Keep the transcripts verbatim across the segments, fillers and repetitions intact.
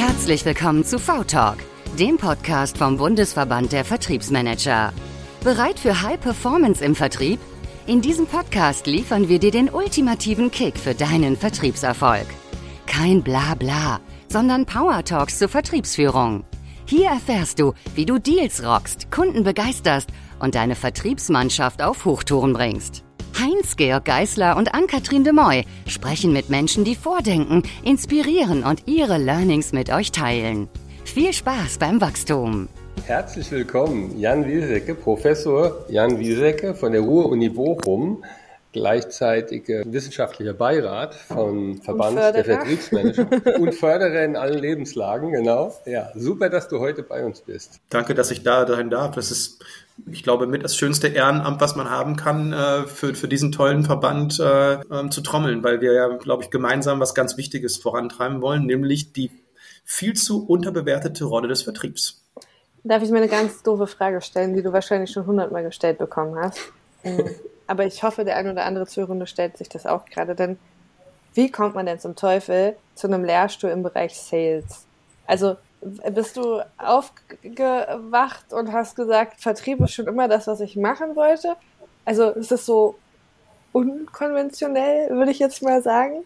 Herzlich willkommen zu V-Talk, dem Podcast vom Bundesverband der Vertriebsmanager. Bereit für High Performance im Vertrieb? In diesem Podcast liefern wir dir den ultimativen Kick für deinen Vertriebserfolg. Kein Blabla, sondern Power Talks zur Vertriebsführung. Hier erfährst du, wie du Deals rockst, Kunden begeisterst und deine Vertriebsmannschaft auf Hochtouren bringst. Heinz-Georg Geisler und Ann-Kathrin de Moy sprechen mit Menschen, die vordenken, inspirieren und ihre Learnings mit euch teilen. Viel Spaß beim Wachstum! Herzlich willkommen, Jan Wiesecke, Professor Jan Wiesecke von der Ruhr-Uni Bochum, gleichzeitig wissenschaftlicher Beirat vom Verband der Vertriebsmanager und Förderer in allen Lebenslagen, genau. Ja, super, dass du heute bei uns bist. Danke, dass ich da sein darf. Das ist, ich glaube, mit das schönste Ehrenamt, was man haben kann, für, für diesen tollen Verband äh, zu trommeln, weil wir ja, glaube ich, gemeinsam was ganz Wichtiges vorantreiben wollen, nämlich die viel zu unterbewertete Rolle des Vertriebs. Darf ich mir eine ganz doofe Frage stellen, die du wahrscheinlich schon hundertmal gestellt bekommen hast? Aber ich hoffe, der ein oder andere Zuhörende stellt sich das auch gerade. Denn wie kommt man denn zum Teufel zu einem Lehrstuhl im Bereich Sales? Also bist du aufgewacht und hast gesagt, Vertrieb ist schon immer das, was ich machen wollte? Also ist es so unkonventionell, würde ich jetzt mal sagen?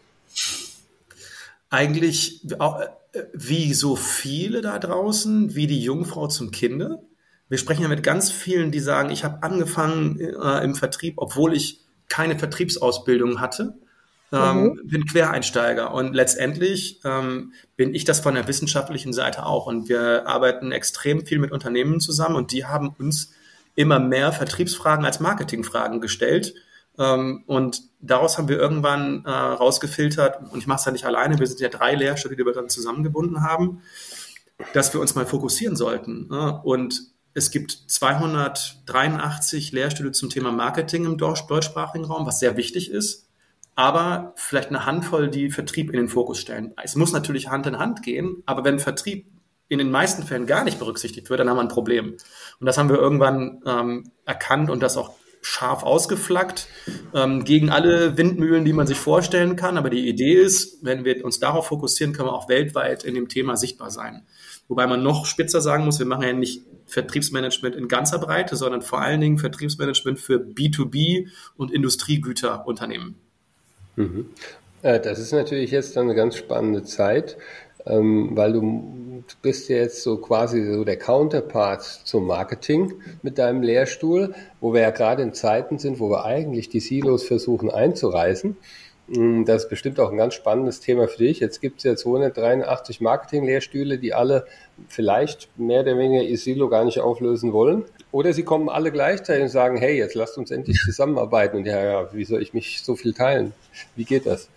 Eigentlich auch, wie so viele da draußen, wie die Jungfrau zum Kinde. Wir sprechen ja mit ganz vielen, die sagen, ich habe angefangen äh, im Vertrieb, obwohl ich keine Vertriebsausbildung hatte, ähm, mhm. bin Quereinsteiger. Und letztendlich ähm, bin ich das von der wissenschaftlichen Seite auch. Und wir arbeiten extrem viel mit Unternehmen zusammen und die haben uns immer mehr Vertriebsfragen als Marketingfragen gestellt. Ähm, und daraus haben wir irgendwann äh, rausgefiltert, und ich mache es ja nicht alleine, wir sind ja drei Lehrstühle, die wir dann zusammengebunden haben, dass wir uns mal fokussieren sollten. Ne? Und es gibt zweihundertdreiundachtzig Lehrstühle zum Thema Marketing im deutschsprachigen Raum, was sehr wichtig ist, aber vielleicht eine Handvoll, die Vertrieb in den Fokus stellen. Es muss natürlich Hand in Hand gehen, aber wenn Vertrieb in den meisten Fällen gar nicht berücksichtigt wird, dann haben wir ein Problem. Und das haben wir irgendwann ähm, erkannt und das auch scharf ausgeflaggt, ähm, gegen alle Windmühlen, die man sich vorstellen kann. Aber die Idee ist, wenn wir uns darauf fokussieren, können wir auch weltweit in dem Thema sichtbar sein. Wobei man noch spitzer sagen muss, wir machen ja nicht Vertriebsmanagement in ganzer Breite, sondern vor allen Dingen Vertriebsmanagement für B zwei B und Industriegüterunternehmen. Mhm. Das ist natürlich jetzt eine ganz spannende Zeit, weil du bist ja jetzt so quasi so der Counterpart zum Marketing mit deinem Lehrstuhl, wo wir ja gerade in Zeiten sind, wo wir eigentlich die Silos versuchen einzureißen. Das ist bestimmt auch ein ganz spannendes Thema für dich. Jetzt gibt es ja zweihundertdreiundachtzig Marketing-Lehrstühle, die alle vielleicht mehr oder weniger ihr Silo gar nicht auflösen wollen. Oder sie kommen alle gleichzeitig und sagen, hey, jetzt lasst uns endlich zusammenarbeiten. Und ja, ja, wie soll ich mich so viel teilen? Wie geht das?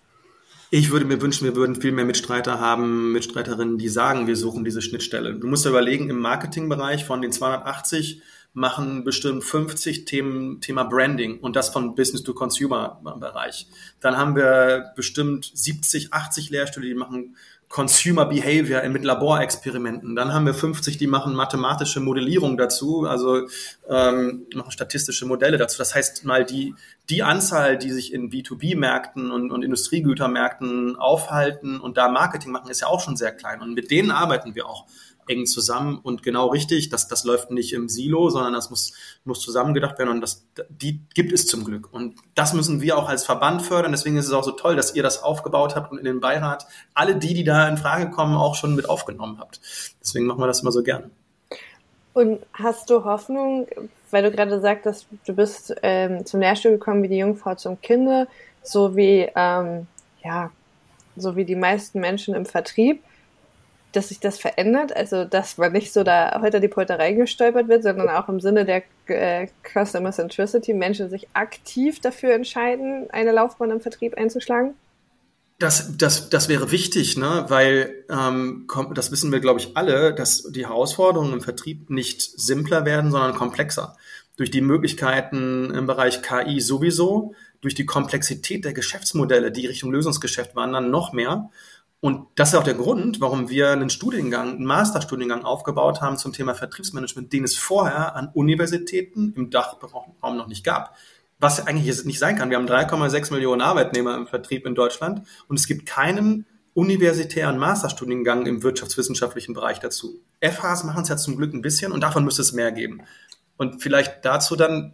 Ich würde mir wünschen, wir würden viel mehr Mitstreiter haben, Mitstreiterinnen, die sagen, wir suchen diese Schnittstelle. Du musst dir überlegen, im Marketingbereich von den zweihundertachtzig machen bestimmt fünfzig Themen, Thema Branding und das von Business-to-Consumer-Bereich. Dann haben wir bestimmt siebzig, achtzig Lehrstühle, die machen Consumer Behavior mit Laborexperimenten. Dann haben wir fünfzig, die machen mathematische Modellierung dazu, also ähm, machen statistische Modelle dazu. Das heißt mal, die die Anzahl, die sich in B zwei B-Märkten und, und Industriegütermärkten aufhalten und da Marketing machen, ist ja auch schon sehr klein. Und mit denen arbeiten wir auch eng zusammen und genau richtig, das, das läuft nicht im Silo, sondern das muss, muss zusammengedacht werden und das, die gibt es zum Glück. Und das müssen wir auch als Verband fördern, deswegen ist es auch so toll, dass ihr das aufgebaut habt und in den Beirat alle die, die da in Frage kommen, auch schon mit aufgenommen habt. Deswegen machen wir das immer so gerne. Und hast du Hoffnung, weil du gerade sagtest, du bist ähm, zum Lehrstuhl gekommen wie die Jungfrau zum Kinde, so wie, ähm, ja, so wie die meisten Menschen im Vertrieb, dass sich das verändert, also dass man nicht so da heute die Polter reingestolpert wird, sondern auch im Sinne der äh, Customer Centricity Menschen sich aktiv dafür entscheiden, eine Laufbahn im Vertrieb einzuschlagen? Das, das, das wäre wichtig, ne? Weil ähm, das wissen wir, glaube ich, alle, dass die Herausforderungen im Vertrieb nicht simpler werden, sondern komplexer. Durch die Möglichkeiten im Bereich K I sowieso, durch die Komplexität der Geschäftsmodelle, die Richtung Lösungsgeschäft wandern, noch mehr. Und das ist auch der Grund, warum wir einen Studiengang, einen Masterstudiengang aufgebaut haben zum Thema Vertriebsmanagement, den es vorher an Universitäten im Dachraum noch nicht gab. Was eigentlich nicht sein kann. Wir haben drei Komma sechs Millionen Arbeitnehmer im Vertrieb in Deutschland und es gibt keinen universitären Masterstudiengang im wirtschaftswissenschaftlichen Bereich dazu. F Hs machen es ja zum Glück ein bisschen und davon müsste es mehr geben. Und vielleicht dazu dann,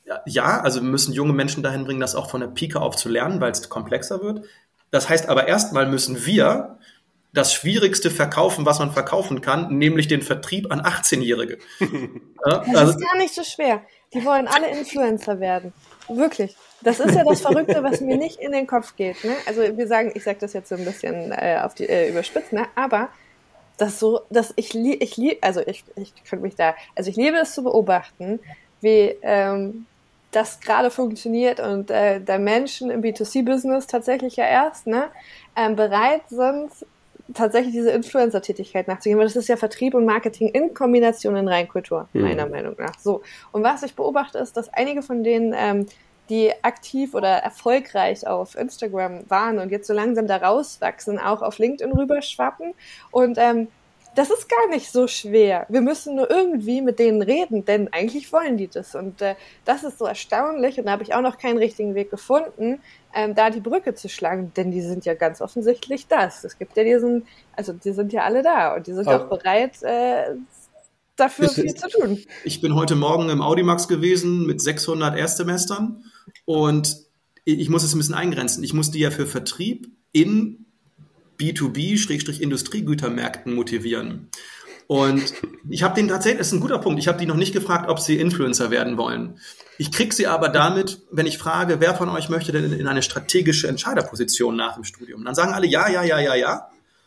ja, also wir müssen junge Menschen dahin bringen, das auch von der Pike auf zu lernen, weil es komplexer wird. Das heißt aber erstmal müssen wir das Schwierigste verkaufen, was man verkaufen kann, nämlich den Vertrieb an achtzehnjährige. Das also, ist gar nicht so schwer. Die wollen alle Influencer werden. Wirklich. Das ist ja das Verrückte, was mir nicht in den Kopf geht. Ne? Also wir sagen, ich sage das jetzt so ein bisschen äh, auf die äh, überspitzt, ne? Aber das so, dass ich liebe, ich lieb, also ich, ich könnte mich da, also ich liebe es zu beobachten, wie ähm, das gerade funktioniert und äh, da Menschen im B zwei C Business tatsächlich ja erst ne, ähm, bereit sind, tatsächlich diese Influencer-Tätigkeit nachzugehen, weil das ist ja Vertrieb und Marketing in Kombination in Reinkultur, mhm. meiner Meinung nach. So. Und was ich beobachte, ist, dass einige von denen, ähm, die aktiv oder erfolgreich auf Instagram waren und jetzt so langsam da rauswachsen, auch auf LinkedIn rüberschwappen. Und ähm, das ist gar nicht so schwer. Wir müssen nur irgendwie mit denen reden, denn eigentlich wollen die das. Und äh, das ist so erstaunlich. Und da habe ich auch noch keinen richtigen Weg gefunden, ähm, da die Brücke zu schlagen. Denn die sind ja ganz offensichtlich das. Es gibt ja diesen, also die sind ja alle da und die sind Aber auch bereit, äh, dafür viel ist, zu tun. Ich bin heute Morgen im Audimax gewesen mit sechshundert Erstsemestern und ich muss es ein bisschen eingrenzen. Ich muss die ja für Vertrieb in B zwei B-Industriegütermärkten motivieren. Und ich habe denen tatsächlich, das ist ein guter Punkt, ich habe die noch nicht gefragt, ob sie Influencer werden wollen. Ich kriege sie aber damit, wenn ich frage, wer von euch möchte denn in eine strategische Entscheiderposition nach dem Studium? Dann sagen alle ja, ja, ja, ja, ja.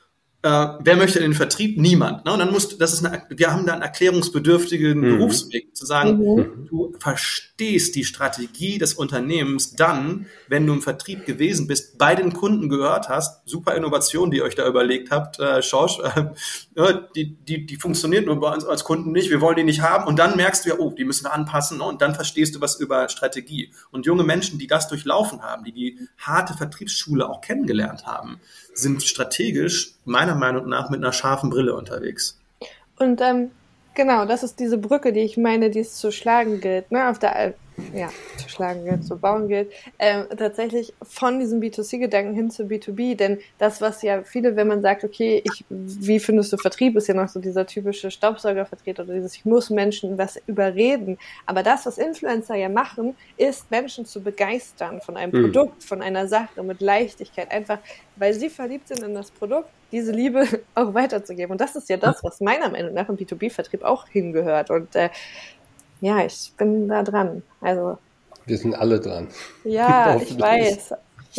Äh, wer möchte in den Vertrieb? Niemand. Ne? Und dann musst, das ist eine, wir haben da einen erklärungsbedürftigen mhm. Berufsweg, zu sagen, mhm. du verstehst die Strategie des Unternehmens dann, wenn du im Vertrieb gewesen bist, bei den Kunden gehört hast, super Innovation, die ihr euch da überlegt habt, äh, Schorsch, äh, die, die, die funktioniert nur bei uns als Kunden nicht, wir wollen die nicht haben und dann merkst du ja, oh, die müssen wir anpassen ne? Und dann verstehst du was über Strategie. Und junge Menschen, die das durchlaufen haben, die die harte Vertriebsschule auch kennengelernt haben, sind strategisch meiner Meinung nach mit einer scharfen Brille unterwegs. Und ähm, genau, das ist diese Brücke, die ich meine, die es zu schlagen gilt, ne, auf der, ja, zu schlagen gilt, zu bauen gilt, ähm, tatsächlich von diesem B zwei C-Gedanken hin zu B zwei B, denn das, was ja viele, wenn man sagt, okay, ich, wie findest du Vertrieb, ist ja noch so dieser typische Staubsaugervertreter oder dieses, ich muss Menschen was überreden, aber das, was Influencer ja machen, ist Menschen zu begeistern von einem mhm. Produkt, von einer Sache mit Leichtigkeit, einfach, weil sie verliebt sind in das Produkt, diese Liebe auch weiterzugeben. Und das ist ja das, was meiner Meinung nach im B zwei B-Vertrieb auch hingehört. Und äh, ja, ich bin da dran. Also wir sind alle dran. Ja, ich weiß.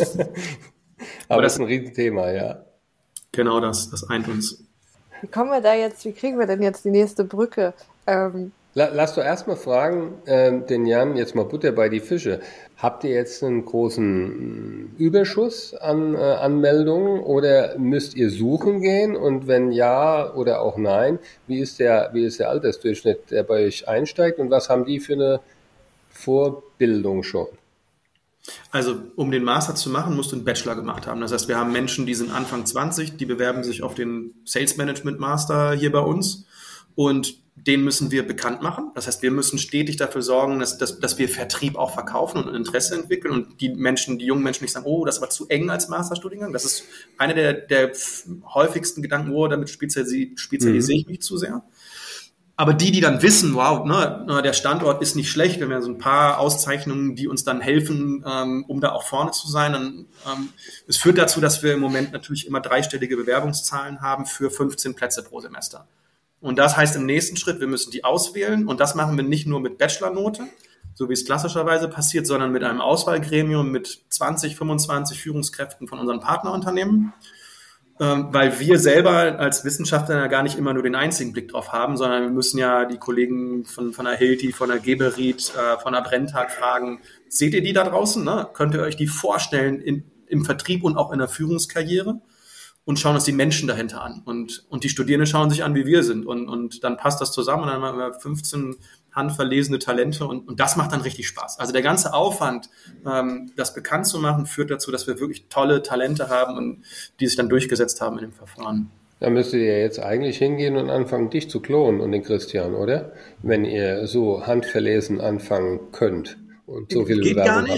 Aber das ist ein Riesenthema, ja. Genau das, das eint uns. Wie kommen wir da jetzt, wie kriegen wir denn jetzt die nächste Brücke? Ähm, Lass doch erstmal fragen, äh, den Jan, jetzt mal Butter bei die Fische. Habt ihr jetzt einen großen Überschuss an äh, Anmeldungen oder müsst ihr suchen gehen? Und wenn ja oder auch nein, wie ist der, wie ist der Altersdurchschnitt, der bei euch einsteigt? Und was haben die für eine Vorbildung schon? Also, um den Master zu machen, musst du einen Bachelor gemacht haben. Das heißt, wir haben Menschen, die sind Anfang zwanzig, die bewerben sich auf den Sales Management Master hier bei uns. Und den müssen wir bekannt machen. Das heißt, wir müssen stetig dafür sorgen, dass, dass, dass wir Vertrieb auch verkaufen und ein Interesse entwickeln und die Menschen, die jungen Menschen nicht sagen, oh, das war zu eng als Masterstudiengang. Das ist einer der, der häufigsten Gedanken, oh, damit spezialisiere, spezialisiere ich mich zu sehr. Aber die, die dann wissen, wow, ne, der Standort ist nicht schlecht, wir haben ja so ein paar Auszeichnungen, die uns dann helfen, ähm, um da auch vorne zu sein. Dann, ähm, es führt dazu, dass wir im Moment natürlich immer dreistellige Bewerbungszahlen haben für fünfzehn Plätze pro Semester. Und das heißt im nächsten Schritt, wir müssen die auswählen und das machen wir nicht nur mit Bachelornote, so wie es klassischerweise passiert, sondern mit einem Auswahlgremium mit zwanzig, fünfundzwanzig Führungskräften von unseren Partnerunternehmen, ähm, weil wir selber als Wissenschaftler ja gar nicht immer nur den einzigen Blick drauf haben, sondern wir müssen ja die Kollegen von, von der Hilti, von der Geberit, äh, von der Brenntag fragen, seht ihr die da draußen? Ne? Könnt ihr euch die vorstellen in, im Vertrieb und auch in der Führungskarriere? Und schauen uns die Menschen dahinter an. Und, und die Studierenden schauen sich an, wie wir sind. Und, und dann passt das zusammen und dann haben wir fünfzehn handverlesene Talente und, und das macht dann richtig Spaß. Also der ganze Aufwand, ähm, das bekannt zu machen, führt dazu, dass wir wirklich tolle Talente haben und die sich dann durchgesetzt haben in dem Verfahren. Da müsstet ihr jetzt eigentlich hingehen und anfangen, dich zu klonen und den Christian, oder? Wenn ihr so handverlesen anfangen könnt und so viele Geht Bewerbungen gar nicht. habt.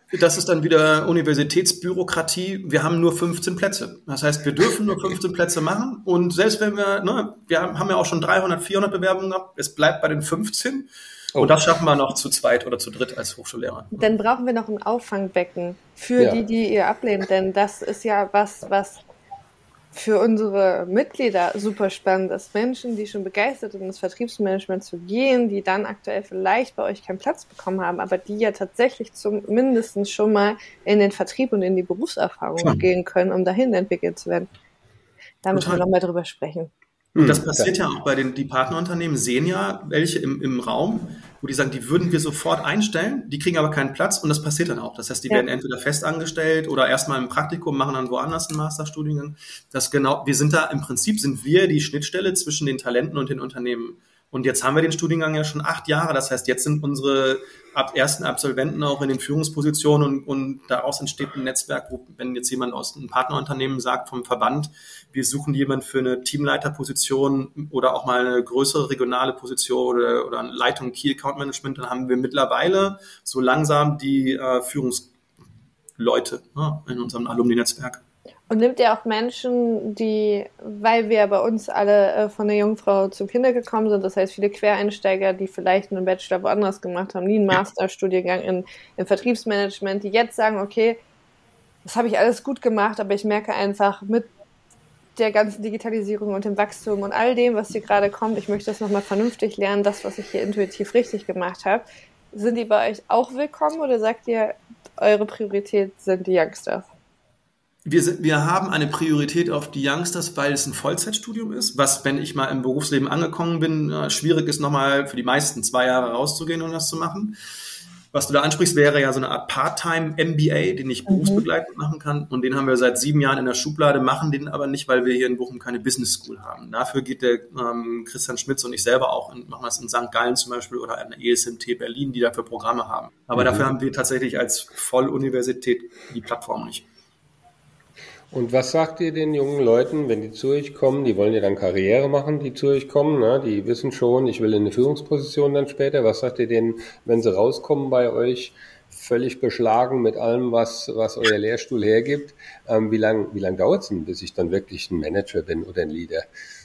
Das ist dann wieder Universitätsbürokratie. Wir haben nur fünfzehn Plätze. Das heißt, wir dürfen nur fünfzehn Plätze machen. Und selbst wenn wir, ne, wir haben ja auch schon dreihundert, vierhundert Bewerbungen gehabt, es bleibt bei den fünfzehn. Oh. Und das schaffen wir noch zu zweit oder zu dritt als Hochschullehrer. Dann brauchen wir noch ein Auffangbecken für ja. die, die ihr ablehnt. Denn das ist ja was, was für unsere Mitglieder super spannend ist. Menschen, die schon begeistert sind, ins Vertriebsmanagement zu gehen, die dann aktuell vielleicht bei euch keinen Platz bekommen haben, aber die ja tatsächlich zumindest schon mal in den Vertrieb und in die Berufserfahrung Klar. gehen können, um dahin entwickelt zu werden. Da müssen wir nochmal drüber sprechen. Und das passiert ja auch bei den die Partnerunternehmen, sehen ja welche im, im Raum, wo die sagen, die würden wir sofort einstellen, die kriegen aber keinen Platz und das passiert dann auch. Das heißt, die ja. werden entweder fest angestellt oder erstmal im Praktikum, machen dann woanders einen Masterstudiengang. Das genau, wir sind da, im Prinzip sind wir die Schnittstelle zwischen den Talenten und den Unternehmen. Und jetzt haben wir den Studiengang ja schon acht Jahre. Das heißt, jetzt sind unsere ab ersten Absolventen auch in den Führungspositionen und, und daraus entsteht ein Netzwerk, wo, wenn jetzt jemand aus einem Partnerunternehmen sagt vom Verband, wir suchen jemanden für eine Teamleiterposition oder auch mal eine größere regionale Position oder, oder eine Leitung Key Account Management, dann haben wir mittlerweile so langsam die äh, Führungsleute ja, in unserem Alumni-Netzwerk. Und nimmt ihr auch Menschen, die, weil wir bei uns alle äh, von der Jungfrau zum Kinder gekommen sind, das heißt viele Quereinsteiger, die vielleicht einen Bachelor woanders gemacht haben, nie einen Masterstudiengang in, in Vertriebsmanagement, die jetzt sagen, okay, das habe ich alles gut gemacht, aber ich merke einfach mit der ganzen Digitalisierung und dem Wachstum und all dem, was hier gerade kommt, ich möchte das nochmal vernünftig lernen, das, was ich hier intuitiv richtig gemacht habe. Sind die bei euch auch willkommen oder sagt ihr, eure Priorität sind die Youngsters? Wir, sind, wir haben eine Priorität auf die Youngsters, weil es ein Vollzeitstudium ist, was, wenn ich mal im Berufsleben angekommen bin, äh, schwierig ist, nochmal für die meisten zwei Jahre rauszugehen und das zu machen. Was du da ansprichst, wäre ja so eine Art Part-Time-M B A, den ich mhm. berufsbegleitend machen kann. Und den haben wir seit sieben Jahren in der Schublade, machen den aber nicht, weil wir hier in Bochum keine Business School haben. Dafür geht der ähm, Christian Schmitz und ich selber auch, in, machen das in Sankt Gallen zum Beispiel oder an der E S M T Berlin, die dafür Programme haben. Aber mhm. dafür haben wir tatsächlich als Volluniversität die Plattform nicht. Und was sagt ihr den jungen Leuten, wenn die zu euch kommen? Die wollen ja dann Karriere machen, die zu euch kommen. Ne? Die wissen schon, ich will in eine Führungsposition dann später. Was sagt ihr denen, wenn sie rauskommen bei euch, völlig beschlagen mit allem, was, was euer Lehrstuhl hergibt? Ähm, wie lang, wie lang dauert es denn, bis ich dann wirklich ein Manager bin oder ein Leader?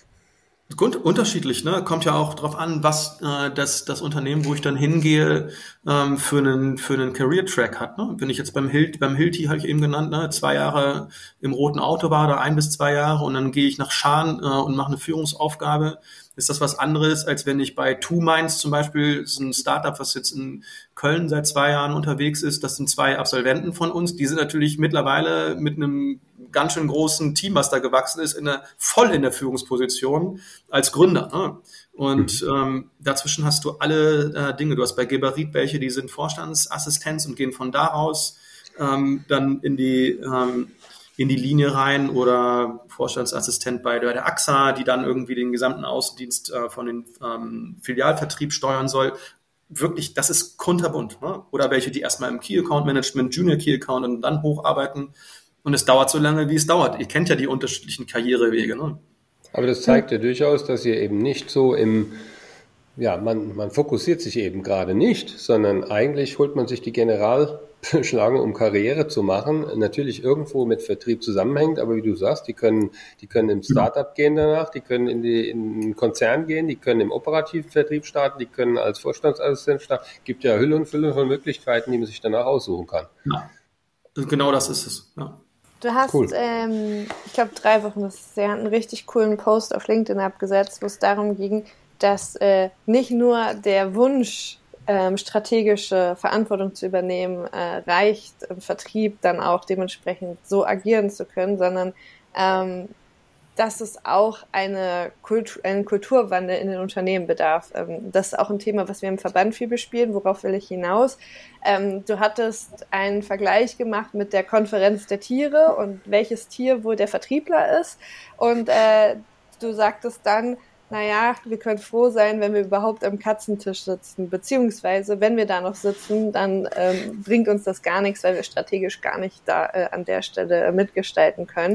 Gut, unterschiedlich, ne? Kommt ja auch drauf an, was äh, das, das Unternehmen, wo ich dann hingehe, ähm, für einen für einen Career-Track hat. Ne? Wenn ich jetzt beim Hilt, beim Hilti habe ich eben genannt, ne, zwei Jahre im roten Auto war, oder ein bis zwei Jahre, und dann gehe ich nach Schaan äh, und mache eine Führungsaufgabe. Ist das was anderes, als wenn ich bei Two Minds zum Beispiel, das ist ein Startup, was jetzt in Köln seit zwei Jahren unterwegs ist. Das sind zwei Absolventen von uns. Die sind natürlich mittlerweile mit einem ganz schön großen Team, was da gewachsen ist, in der, voll in der Führungsposition als Gründer. Ne? Und mhm. ähm, dazwischen hast du alle äh, Dinge. Du hast bei Geberit welche, die sind Vorstandsassistenz und gehen von da aus ähm, dann in die ähm, in die Linie rein, oder Vorstandsassistent bei der, der A X A, die dann irgendwie den gesamten Außendienst äh, von den ähm, Filialvertrieb steuern soll. Wirklich, das ist kunterbunt. Ne? Oder welche, die erstmal im Key Account Management, Junior Key Account und dann hocharbeiten. Und es dauert so lange, wie es dauert. Ihr kennt ja die unterschiedlichen Karrierewege. Ne? Aber das zeigt ja durchaus, dass ihr eben nicht so im, ja, man, man fokussiert sich eben gerade nicht, sondern eigentlich holt man sich die Generalbeschlagen, um Karriere zu machen. Natürlich irgendwo mit Vertrieb zusammenhängt, aber wie du sagst, die können, die können im Startup gehen danach, die können in, die, in den Konzern gehen, die können im operativen Vertrieb starten, die können als Vorstandsassistent starten. Es gibt ja Hülle und Fülle von Möglichkeiten, die man sich danach aussuchen kann. Ja, genau das ist es, ja. Du hast, cool. ähm, ich glaube, drei Wochen, das ist ja einen richtig coolen Post auf LinkedIn abgesetzt, wo es darum ging, dass äh, nicht nur der Wunsch, ähm, strategische Verantwortung zu übernehmen, äh, reicht, im Vertrieb dann auch dementsprechend so agieren zu können, sondern ähm, dass es auch eine Kultur, einen Kulturwandel in den Unternehmen bedarf. Ähm, das ist auch ein Thema, was wir im Verband viel bespielen. Worauf will ich hinaus? Ähm, du hattest einen Vergleich gemacht mit der Konferenz der Tiere und welches Tier wohl der Vertriebler ist. Und äh, du sagtest dann, naja, wir können froh sein, wenn wir überhaupt am Katzentisch sitzen. Beziehungsweise, wenn wir da noch sitzen, dann ähm, bringt uns das gar nichts, weil wir strategisch gar nicht da äh, an der Stelle äh, mitgestalten können.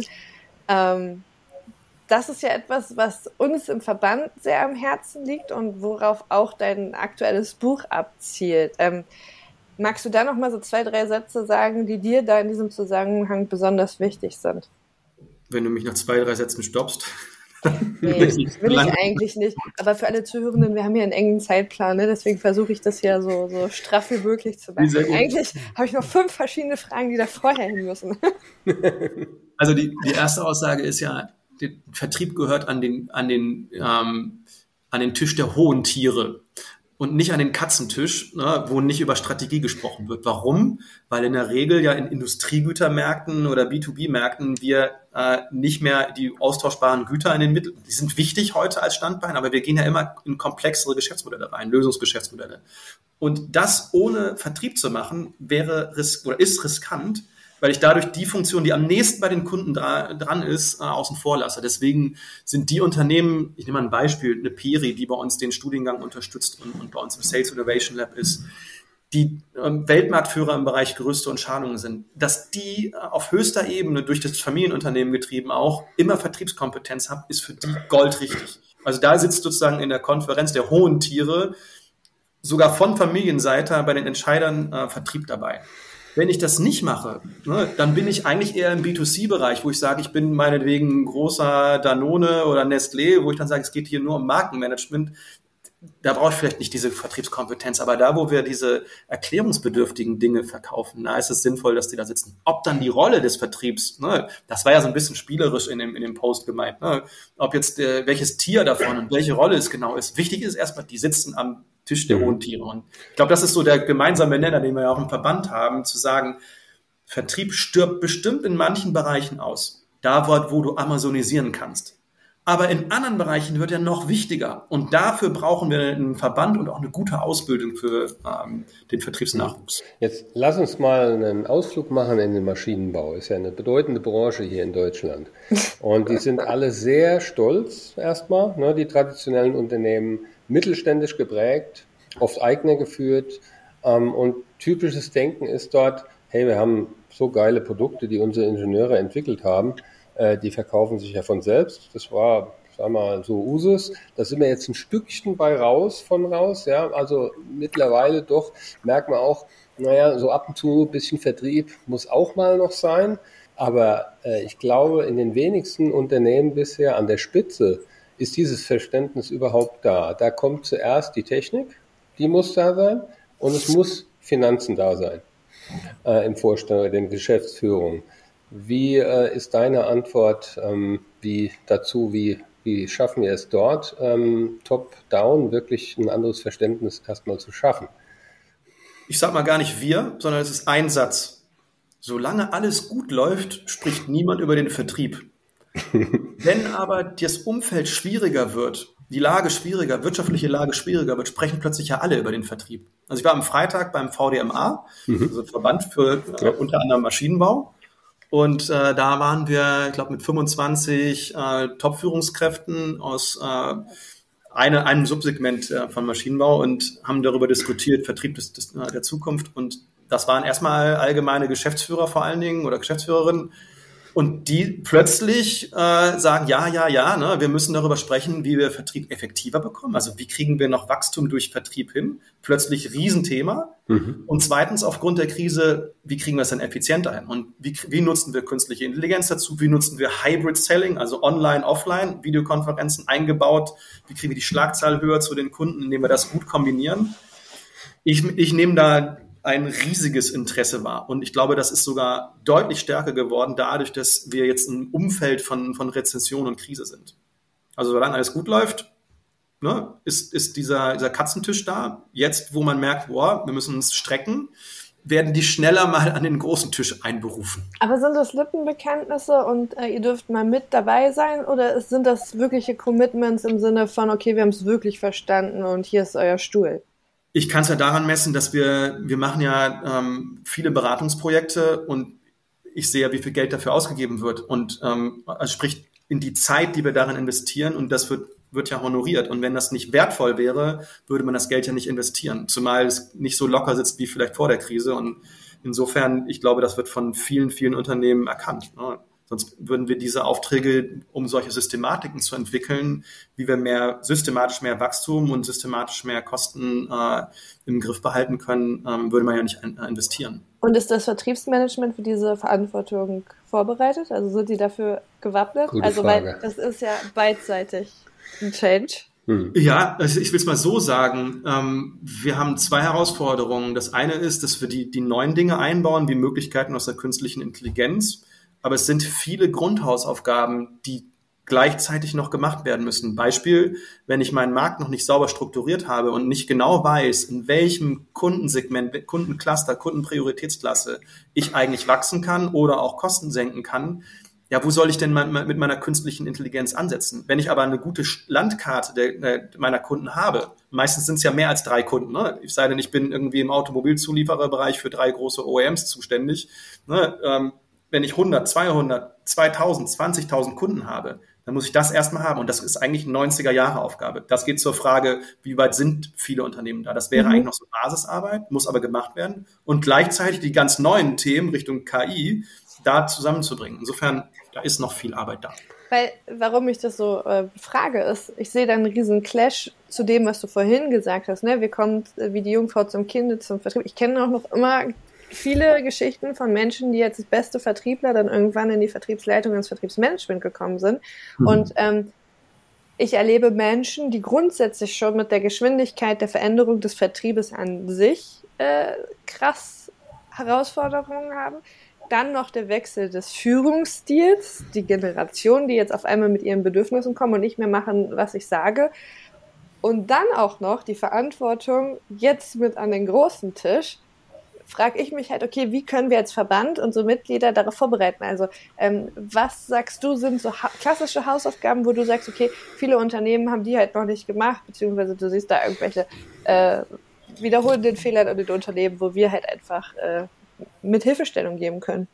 Ähm, Das ist ja etwas, was uns im Verband sehr am Herzen liegt und worauf auch dein aktuelles Buch abzielt. Ähm, Magst du da noch mal so zwei, drei Sätze sagen, die dir da in diesem Zusammenhang besonders wichtig sind? Wenn du mich nach zwei, drei Sätzen stoppst. Nee, will ich eigentlich nicht. Aber für alle Zuhörenden, wir haben hier einen engen Zeitplan, ne? Deswegen versuche ich das ja so, so straff wie möglich zu machen. Eigentlich habe ich noch fünf verschiedene Fragen, die da vorher hin müssen. Also die, die erste Aussage ist ja, der Vertrieb gehört an den, an den, ähm, an den Tisch der hohen Tiere und nicht an den Katzentisch, ne, wo nicht über Strategie gesprochen wird. Warum? Weil in der Regel ja in Industriegütermärkten oder B zwei B-Märkten wir äh, nicht mehr die austauschbaren Güter in den Mitteln, die sind wichtig heute als Standbein, aber wir gehen ja immer in komplexere Geschäftsmodelle rein, Lösungsgeschäftsmodelle. Und das ohne Vertrieb zu machen, wäre ris- oder ist riskant, weil ich dadurch die Funktion, die am nächsten bei den Kunden dra- dran ist, äh, außen vor lasse. Deswegen sind die Unternehmen, ich nehme mal ein Beispiel, eine Peri, die bei uns den Studiengang unterstützt und, und bei uns im Sales Innovation Lab ist, die ähm, Weltmarktführer im Bereich Gerüste und Schalungen sind, dass die äh, auf höchster Ebene durch das Familienunternehmen getrieben auch immer Vertriebskompetenz haben, ist für die goldrichtig. Also da sitzt sozusagen in der Konferenz der hohen Tiere sogar von Familienseite bei den Entscheidern äh, Vertrieb dabei. Wenn ich das nicht mache, ne, dann bin ich eigentlich eher im B zwei C-Bereich, wo ich sage, ich bin meinetwegen großer Danone oder Nestlé, wo ich dann sage, es geht hier nur um Markenmanagement. Da brauche ich vielleicht nicht diese Vertriebskompetenz, aber da, wo wir diese erklärungsbedürftigen Dinge verkaufen, da ist es sinnvoll, dass die da sitzen. Ob dann die Rolle des Vertriebs, ne, das war ja so ein bisschen spielerisch in dem, in dem Post gemeint, ne, ob jetzt äh, welches Tier davon und welche Rolle es genau ist. Wichtig ist erstmal, die sitzen am Tisch der hohen Tiere. Und ich glaube, das ist so der gemeinsame Nenner, den wir ja auch im Verband haben, zu sagen, Vertrieb stirbt bestimmt in manchen Bereichen aus. Da, wo, wo du amazonisieren kannst. Aber in anderen Bereichen wird er noch wichtiger. Und dafür brauchen wir einen Verband und auch eine gute Ausbildung für ähm, den Vertriebsnachwuchs. Jetzt lass uns mal einen Ausflug machen in den Maschinenbau. Ist ja eine bedeutende Branche hier in Deutschland. Und die sind alle sehr stolz erstmal, ne, die traditionellen Unternehmen, mittelständisch geprägt, oft Eigner geführt. Ähm, und typisches Denken ist dort, hey, wir haben so geile Produkte, die unsere Ingenieure entwickelt haben. Die verkaufen sich ja von selbst. Das war, sag mal, so Usus. Da sind wir jetzt ein Stückchen bei raus, von raus, ja. Also mittlerweile doch merkt man auch, naja, so ab und zu ein bisschen Vertrieb muss auch mal noch sein. Aber äh, ich glaube, in den wenigsten Unternehmen bisher an der Spitze ist dieses Verständnis überhaupt da. Da kommt zuerst die Technik, die muss da sein, und es muss Finanzen da sein äh, im Vorstand, in der Geschäftsführung. Wie äh, ist deine Antwort ähm, wie dazu, wie, wie schaffen wir es dort, ähm, top-down wirklich ein anderes Verständnis erstmal zu schaffen? Ich sag mal gar nicht wir, sondern es ist ein Satz. Solange alles gut läuft, spricht niemand über den Vertrieb. Wenn aber das Umfeld schwieriger wird, die Lage schwieriger, wirtschaftliche Lage schwieriger wird, sprechen plötzlich ja alle über den Vertrieb. Also ich war am Freitag beim V D M A, mhm. also Verband für äh, unter anderem Maschinenbau. Und äh, da waren wir, ich glaube, mit fünfundzwanzig äh, Top-Führungskräften aus äh, eine, einem Subsegment äh, von Maschinenbau und haben darüber diskutiert, Vertrieb des, des, äh, der Zukunft. Und das waren erstmal allgemeine Geschäftsführer vor allen Dingen oder Geschäftsführerinnen. Und die plötzlich äh, sagen, ja, ja, ja, ne, wir müssen darüber sprechen, wie wir Vertrieb effektiver bekommen. Also wie kriegen wir noch Wachstum durch Vertrieb hin? Plötzlich Riesenthema. Mhm. Und zweitens, aufgrund der Krise, wie kriegen wir es dann effizienter hin? Und wie, wie nutzen wir künstliche Intelligenz dazu? Wie nutzen wir Hybrid Selling, also online, offline, Videokonferenzen eingebaut? Wie kriegen wir die Schlagzahl höher zu den Kunden, indem wir das gut kombinieren? Ich, ich nehme da ein riesiges Interesse war. Und ich glaube, das ist sogar deutlich stärker geworden, dadurch, dass wir jetzt im Umfeld von, von Rezession und Krise sind. Also solange alles gut läuft, ne, ist, ist dieser, dieser Katzentisch da. Jetzt, wo man merkt, boah, wir müssen uns strecken, werden die schneller mal an den großen Tisch einberufen. Aber sind das Lippenbekenntnisse und äh, ihr dürft mal mit dabei sein, oder sind das wirkliche Commitments im Sinne von, okay, wir haben es wirklich verstanden und hier ist euer Stuhl? Ich kann es ja daran messen, dass wir, wir machen ja ähm, viele Beratungsprojekte und ich sehe ja, wie viel Geld dafür ausgegeben wird. Und ähm, also sprich in die Zeit, die wir darin investieren, und das wird, wird ja honoriert. Und wenn das nicht wertvoll wäre, würde man das Geld ja nicht investieren. Zumal es nicht so locker sitzt wie vielleicht vor der Krise. Und insofern, ich glaube, das wird von vielen, vielen Unternehmen erkannt. Ne? Sonst würden wir diese Aufträge, um solche Systematiken zu entwickeln, wie wir mehr systematisch mehr Wachstum und systematisch mehr Kosten äh, im Griff behalten können, ähm, würde man ja nicht ein, äh, investieren. Und ist das Vertriebsmanagement für diese Verantwortung vorbereitet? Also sind die dafür gewappnet? Gute also Frage. Weil das ist ja beidseitig ein Change. Hm. Ja, also ich will es mal so sagen, ähm, wir haben zwei Herausforderungen. Das eine ist, dass wir die, die neuen Dinge einbauen, wie Möglichkeiten aus der künstlichen Intelligenz. Aber es sind viele Grundhausaufgaben, die gleichzeitig noch gemacht werden müssen. Beispiel, wenn ich meinen Markt noch nicht sauber strukturiert habe und nicht genau weiß, in welchem Kundensegment, Kundencluster, Kundenprioritätsklasse ich eigentlich wachsen kann oder auch Kosten senken kann, ja, wo soll ich denn mit meiner künstlichen Intelligenz ansetzen? Wenn ich aber eine gute Landkarte der, der, meiner Kunden habe, meistens sind es ja mehr als drei Kunden, ne? Ich sei denn, ich bin irgendwie im Automobilzuliefererbereich für drei große O E Ms zuständig. Ne? Ähm, wenn ich hundert, zweihundert, zweitausend, zwanzigtausend Kunden habe, dann muss ich das erstmal haben. Und das ist eigentlich eine neunziger-Jahre-Aufgabe. Das geht zur Frage, wie weit sind viele Unternehmen da? Das wäre mhm. eigentlich noch so Basisarbeit, muss aber gemacht werden. Und gleichzeitig die ganz neuen Themen Richtung K I da zusammenzubringen. Insofern, da ist noch viel Arbeit da. Weil, warum ich das so äh, frage, ist, ich sehe da einen riesen Clash zu dem, was du vorhin gesagt hast. Ne? Wir kommen äh, wie die Jungfrau zum Kinde, zum Vertrieb. Ich kenne auch noch immer viele Geschichten von Menschen, die jetzt als beste Vertriebler dann irgendwann in die Vertriebsleitung, ins Vertriebsmanagement gekommen sind. Mhm. Und ähm, ich erlebe Menschen, die grundsätzlich schon mit der Geschwindigkeit der Veränderung des Vertriebes an sich äh, krass Herausforderungen haben. Dann noch der Wechsel des Führungsstils, die Generation, die jetzt auf einmal mit ihren Bedürfnissen kommen und nicht mehr machen, was ich sage. Und dann auch noch die Verantwortung jetzt mit an den großen Tisch, frage ich mich halt, okay, wie können wir als Verband unsere Mitglieder darauf vorbereiten? Also ähm, was sagst du, sind so ha- klassische Hausaufgaben, wo du sagst, okay, viele Unternehmen haben die halt noch nicht gemacht, beziehungsweise du siehst da irgendwelche äh, wiederholenden Fehler in den Unternehmen, wo wir halt einfach äh, mit Hilfestellung geben können.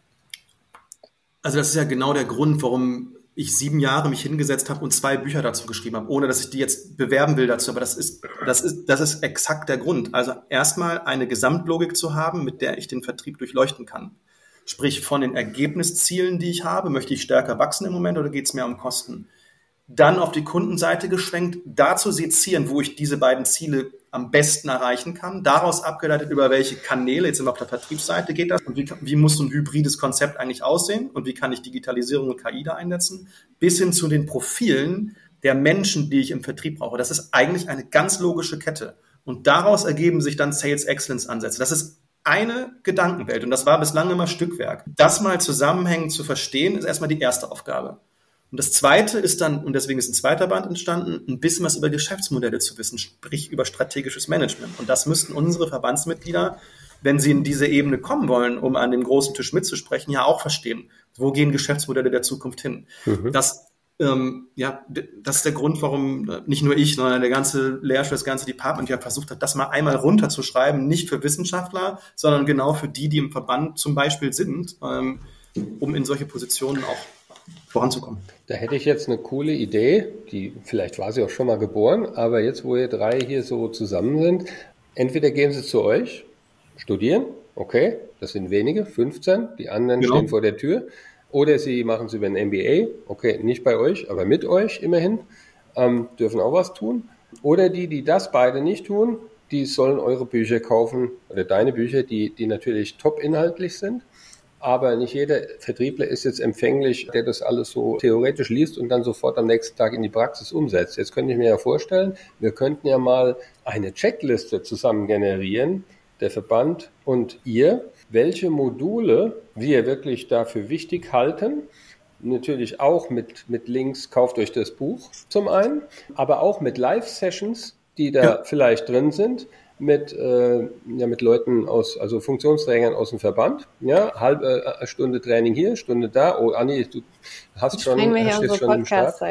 Also das ist ja genau der Grund, warum ich sieben Jahre mich hingesetzt habe und zwei Bücher dazu geschrieben habe, ohne dass ich die jetzt bewerben will dazu. Aber das ist, das ist, das ist exakt der Grund. Also erstmal eine Gesamtlogik zu haben, mit der ich den Vertrieb durchleuchten kann. Sprich von den Ergebniszielen, die ich habe, möchte ich stärker wachsen im Moment oder geht es mehr um Kosten? Dann auf die Kundenseite geschwenkt, da zu sezieren, wo ich diese beiden Ziele am besten erreichen kann. Daraus abgeleitet, über welche Kanäle, jetzt sind wir auf der Vertriebsseite, geht das und wie, wie muss so ein hybrides Konzept eigentlich aussehen und wie kann ich Digitalisierung und K I da einsetzen, bis hin zu den Profilen der Menschen, die ich im Vertrieb brauche. Das ist eigentlich eine ganz logische Kette. Und daraus ergeben sich dann Sales Excellence Ansätze. Das ist eine Gedankenwelt und das war bislang immer Stückwerk. Das mal zusammenhängend zu verstehen, ist erstmal die erste Aufgabe. Und das Zweite ist dann, und deswegen ist ein zweiter Band entstanden, ein bisschen was über Geschäftsmodelle zu wissen, sprich über strategisches Management. Und das müssten unsere Verbandsmitglieder, wenn sie in diese Ebene kommen wollen, um an dem großen Tisch mitzusprechen, ja auch verstehen. Wo gehen Geschäftsmodelle der Zukunft hin? Mhm. Das, ähm, ja, das ist der Grund, warum nicht nur ich, sondern der ganze Lehrstuhl, das ganze Department ja versucht hat, das mal einmal runterzuschreiben, nicht für Wissenschaftler, sondern genau für die, die im Verband zum Beispiel sind, ähm, um in solche Positionen auch voranzukommen. Da hätte ich jetzt eine coole Idee, die vielleicht war sie auch schon mal geboren, aber jetzt, wo ihr drei hier so zusammen sind, entweder gehen sie zu euch, studieren, okay, das sind wenige, fünfzehn, die anderen genau. stehen vor der Tür, oder sie machen es über ein M B A, okay, nicht bei euch, aber mit euch immerhin, ähm, dürfen auch was tun, oder die, die das beide nicht tun, die sollen eure Bücher kaufen, oder deine Bücher, die, die natürlich top inhaltlich sind. Aber nicht jeder Vertriebler ist jetzt empfänglich, der das alles so theoretisch liest und dann sofort am nächsten Tag in die Praxis umsetzt. Jetzt könnte ich mir ja vorstellen, wir könnten ja mal eine Checkliste zusammen generieren, der Verband und ihr, welche Module wir wirklich dafür wichtig halten. Natürlich auch mit, mit Links, kauft euch das Buch zum einen, aber auch mit Live-Sessions, die da ja. vielleicht drin sind. mit äh, ja mit Leuten aus, also Funktionsträgern aus dem Verband, ja, halbe äh, Stunde Training hier, Stunde da. Oh, Anni, du hast jetzt schon, wir hast hier jetzt schon im Start.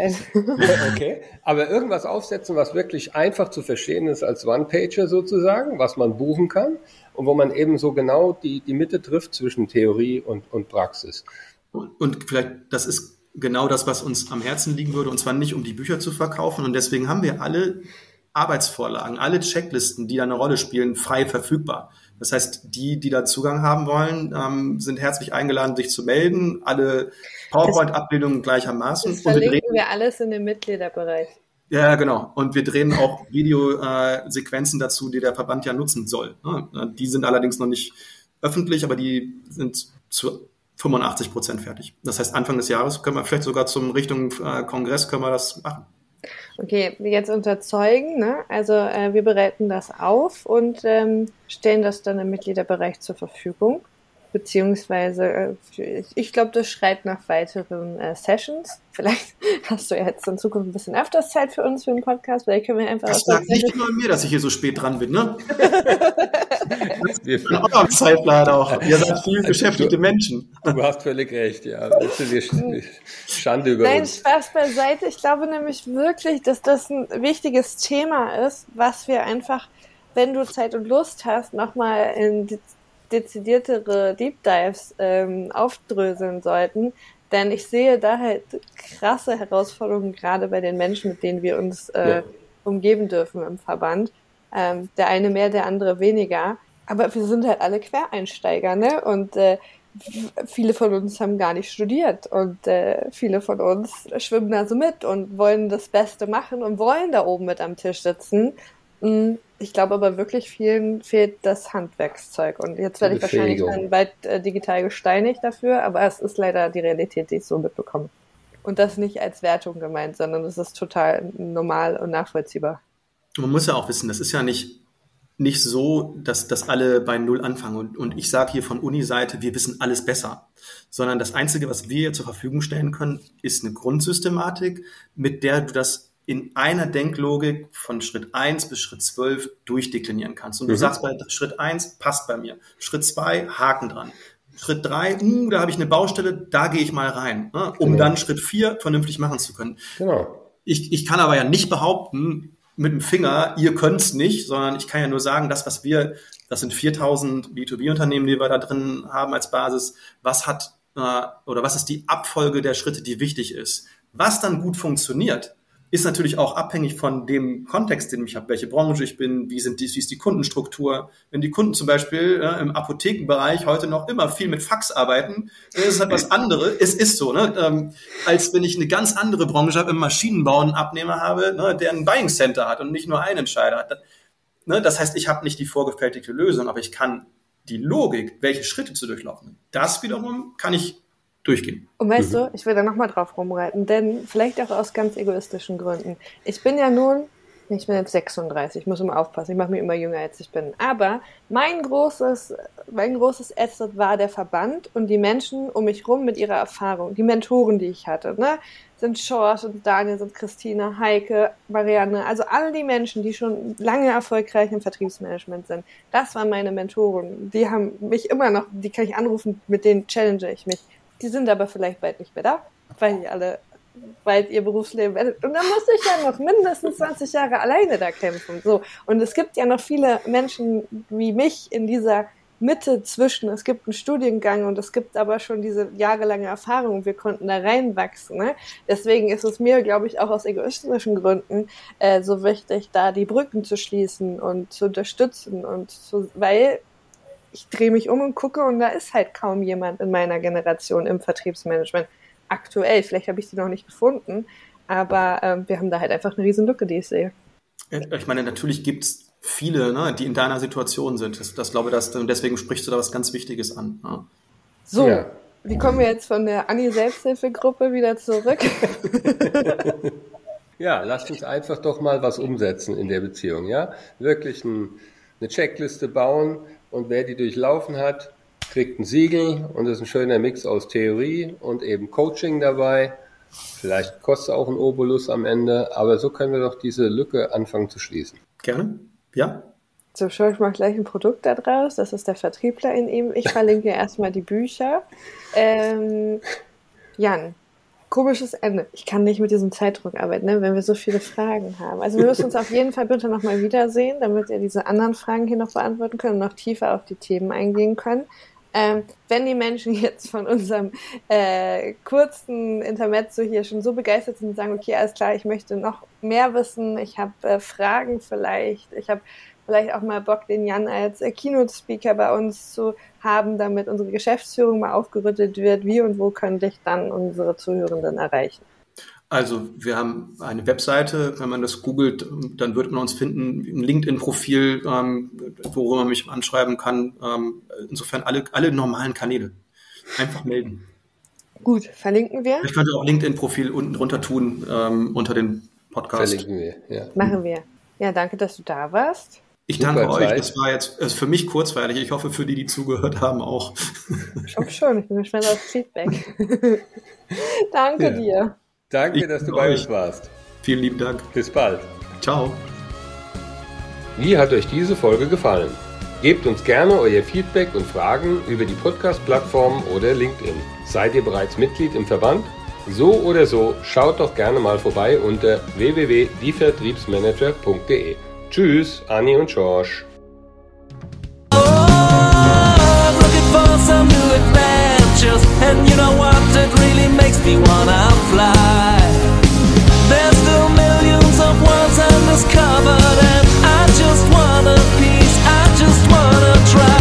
Okay, aber irgendwas aufsetzen, was wirklich einfach zu verstehen ist als One-Pager sozusagen, was man buchen kann und wo man eben so genau die die Mitte trifft zwischen Theorie und und Praxis. Und, und vielleicht, das ist genau das, was uns am Herzen liegen würde, und zwar nicht, um die Bücher zu verkaufen, und deswegen haben wir alle Arbeitsvorlagen, alle Checklisten, die da eine Rolle spielen, frei verfügbar. Das heißt, die, die da Zugang haben wollen, ähm, sind herzlich eingeladen, sich zu melden. Alle PowerPoint-Abbildungen gleichermaßen. Das verlinken und wir, drehen, wir alles in dem Mitgliederbereich. Ja, genau. Und wir drehen auch Videosequenzen äh, dazu, die der Verband ja nutzen soll. Die sind allerdings noch nicht öffentlich, aber die sind zu fünfundachtzig Prozent fertig. Das heißt, Anfang des Jahres können wir vielleicht sogar zum Richtung äh, Kongress können wir das machen. Okay, jetzt unterzeugen, ne? Also äh, wir bereiten das auf und ähm, stellen das dann im Mitgliederbereich zur Verfügung. Beziehungsweise, äh, ich glaube, das schreit nach weiteren äh, Sessions. Vielleicht hast du ja jetzt in Zukunft ein bisschen öfters Zeit für uns, für den Podcast. Vielleicht können wir einfach... Das lag nicht nur an mir, dass ich hier so spät dran bin, ne? Wir sind auch am Zeitplan auch. Ihr seid viel beschäftigte du, Menschen. Du hast völlig recht, ja. Das ist Schande über Nein, uns. Spaß beiseite. Ich glaube nämlich wirklich, dass das ein wichtiges Thema ist, was wir einfach, wenn du Zeit und Lust hast, nochmal in die dezidiertere Deep Dives ähm, aufdröseln sollten, denn ich sehe da halt krasse Herausforderungen, gerade bei den Menschen, mit denen wir uns äh, ja. umgeben dürfen im Verband. Ähm, der eine mehr, der andere weniger, aber wir sind halt alle Quereinsteiger, ne? Und äh, viele von uns haben gar nicht studiert und äh, viele von uns schwimmen da so mit und wollen das Beste machen und wollen da oben mit am Tisch sitzen. Ich glaube aber wirklich vielen fehlt das Handwerkszeug und jetzt werde ich wahrscheinlich dann bald äh, digital gesteinigt dafür, aber es ist leider die Realität, die ich so mitbekomme. Und das nicht als Wertung gemeint, sondern das ist total normal und nachvollziehbar. Man muss ja auch wissen, das ist ja nicht, nicht so, dass, dass alle bei Null anfangen und, und ich sage hier von Uni-Seite, wir wissen alles besser, sondern das Einzige, was wir zur Verfügung stellen können, ist eine Grundsystematik, mit der du das in einer Denklogik von Schritt eins bis Schritt zwölf durchdeklinieren kannst. Und du mhm. sagst bei Schritt eins, passt bei mir. Schritt zwei, Haken dran. Schritt drei, uh, da habe ich eine Baustelle, da gehe ich mal rein, ne, um genau. dann Schritt vier vernünftig machen zu können. Genau. Ich, ich kann aber ja nicht behaupten, mit dem Finger, ihr könnt's nicht, sondern ich kann ja nur sagen, das, was wir, das sind viertausend B zwei B-Unternehmen, die wir da drin haben als Basis, was hat, äh, oder was ist die Abfolge der Schritte, die wichtig ist. Was dann gut funktioniert, ist natürlich auch abhängig von dem Kontext, den ich habe, welche Branche ich bin, wie sind die, wie ist die Kundenstruktur. Wenn die Kunden zum Beispiel äh, im Apothekenbereich heute noch immer viel mit Fax arbeiten, dann ist es halt was anderes. Es ist so, ne? Ähm, als wenn ich eine ganz andere Branche habe, im Maschinenbau einen Abnehmer habe, ne, der ein Buying Center hat und nicht nur einen Entscheider hat. Das, ne, das heißt, ich habe nicht die vorgefertigte Lösung, aber ich kann die Logik, welche Schritte zu durchlaufen. Das wiederum kann ich durchgehen. Und weißt mhm. du, ich will da nochmal drauf rumreiten, denn vielleicht auch aus ganz egoistischen Gründen. Ich bin ja nun, ich bin jetzt sechsunddreißig, ich muss immer aufpassen, ich mache mich immer jünger, als ich bin. Aber mein großes, mein großes Asset war der Verband und die Menschen um mich rum mit ihrer Erfahrung, die Mentoren, die ich hatte, ne? Sind George und Daniel, sind Christina, Heike, Marianne, also alle die Menschen, die schon lange erfolgreich im Vertriebsmanagement sind. Das waren meine Mentoren. Die haben mich immer noch, die kann ich anrufen, mit denen challenge ich mich. Die sind aber vielleicht bald nicht mehr da, weil die alle bald ihr Berufsleben beendet. Und dann muss ich ja noch mindestens zwanzig Jahre alleine da kämpfen. So. Und es gibt ja noch viele Menschen wie mich in dieser Mitte zwischen, es gibt einen Studiengang und es gibt aber schon diese jahrelange Erfahrung. Wir konnten da reinwachsen. Ne? Deswegen ist es mir, glaube ich, auch aus egoistischen Gründen äh, so wichtig, da die Brücken zu schließen und zu unterstützen. Und zu, weil ich drehe mich um und gucke und da ist halt kaum jemand in meiner Generation im Vertriebsmanagement. Aktuell, vielleicht habe ich die noch nicht gefunden, aber ähm, wir haben da halt einfach eine riesen Lücke, die ich sehe. Ich meine, natürlich gibt es viele, ne, die in deiner Situation sind. Das, das glaube ich, das, deswegen sprichst du da was ganz Wichtiges an. Ne? So, ja. Wie kommen wir jetzt von der Anni-Selbsthilfegruppe wieder zurück? Ja, lasst uns einfach doch mal was umsetzen in der Beziehung. Ja, wirklich ein, eine Checkliste bauen. Und wer die durchlaufen hat, kriegt ein Siegel und das ist ein schöner Mix aus Theorie und eben Coaching dabei. Vielleicht kostet auch ein Obolus am Ende, aber so können wir doch diese Lücke anfangen zu schließen. Gerne, ja. So, schaue ich mal gleich ein Produkt da draus. Das ist der Vertriebler in ihm. Ich verlinke erstmal die Bücher. Ähm, Jan, komisches Ende. Ich kann nicht mit diesem Zeitdruck arbeiten, ne, wenn wir so viele Fragen haben. Also wir müssen uns auf jeden Fall bitte nochmal wiedersehen, damit ihr diese anderen Fragen hier noch beantworten könnt und noch tiefer auf die Themen eingehen können. Ähm, wenn die Menschen jetzt von unserem äh, kurzen Intermezzo hier schon so begeistert sind und sagen, okay, alles klar, ich möchte noch mehr wissen, ich habe äh, Fragen vielleicht, ich habe vielleicht auch mal Bock, den Jan als äh, Keynote-Speaker bei uns zu haben, damit unsere Geschäftsführung mal aufgerüttelt wird, wie und wo könnte ich dann unsere Zuhörenden erreichen? Also wir haben eine Webseite, wenn man das googelt, dann wird man uns finden, ein LinkedIn-Profil, ähm, worüber man mich anschreiben kann. Ähm, insofern alle, alle normalen Kanäle. Einfach melden. Gut, verlinken wir. Ich könnte auch LinkedIn-Profil unten drunter tun, ähm, unter dem Podcast. Verlinken wir, ja. Machen wir. Ja, danke, dass du da warst. Ich Super danke euch, Zeit. das war jetzt ist für mich kurzweilig. Ich hoffe, für die, die zugehört haben, auch. Ich hoffe schon, ich bin gespannt auf Feedback. Danke Ja. dir. Danke, Ich dass du danke bei euch. uns warst. Vielen lieben Dank. Bis bald. Ciao. Wie hat euch diese Folge gefallen? Gebt uns gerne euer Feedback und Fragen über die Podcast-Plattform oder LinkedIn. Seid ihr bereits Mitglied im Verband? So oder so, schaut doch gerne mal vorbei unter w w w punkt die vertriebsmanager punkt de. Tschüss, Anni und George. Oh, looking for some new adventures, and you know what, it really makes me wanna fly. There's still millions of worlds undiscovered, and I just want a piece, I just wanna try.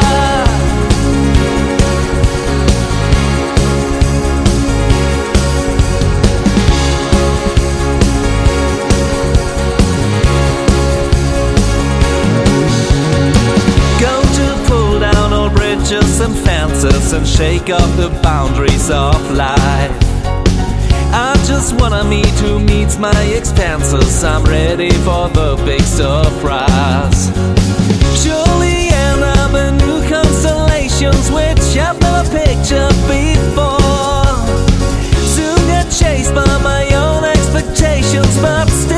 Go to pull down old bridges and fences and shake off the boundaries of life. I just wanna meet who meets my expenses. I'm ready for the big surprise. Surely end up in new constellations which I've never pictured before. Soon get chased by my own expectations, but still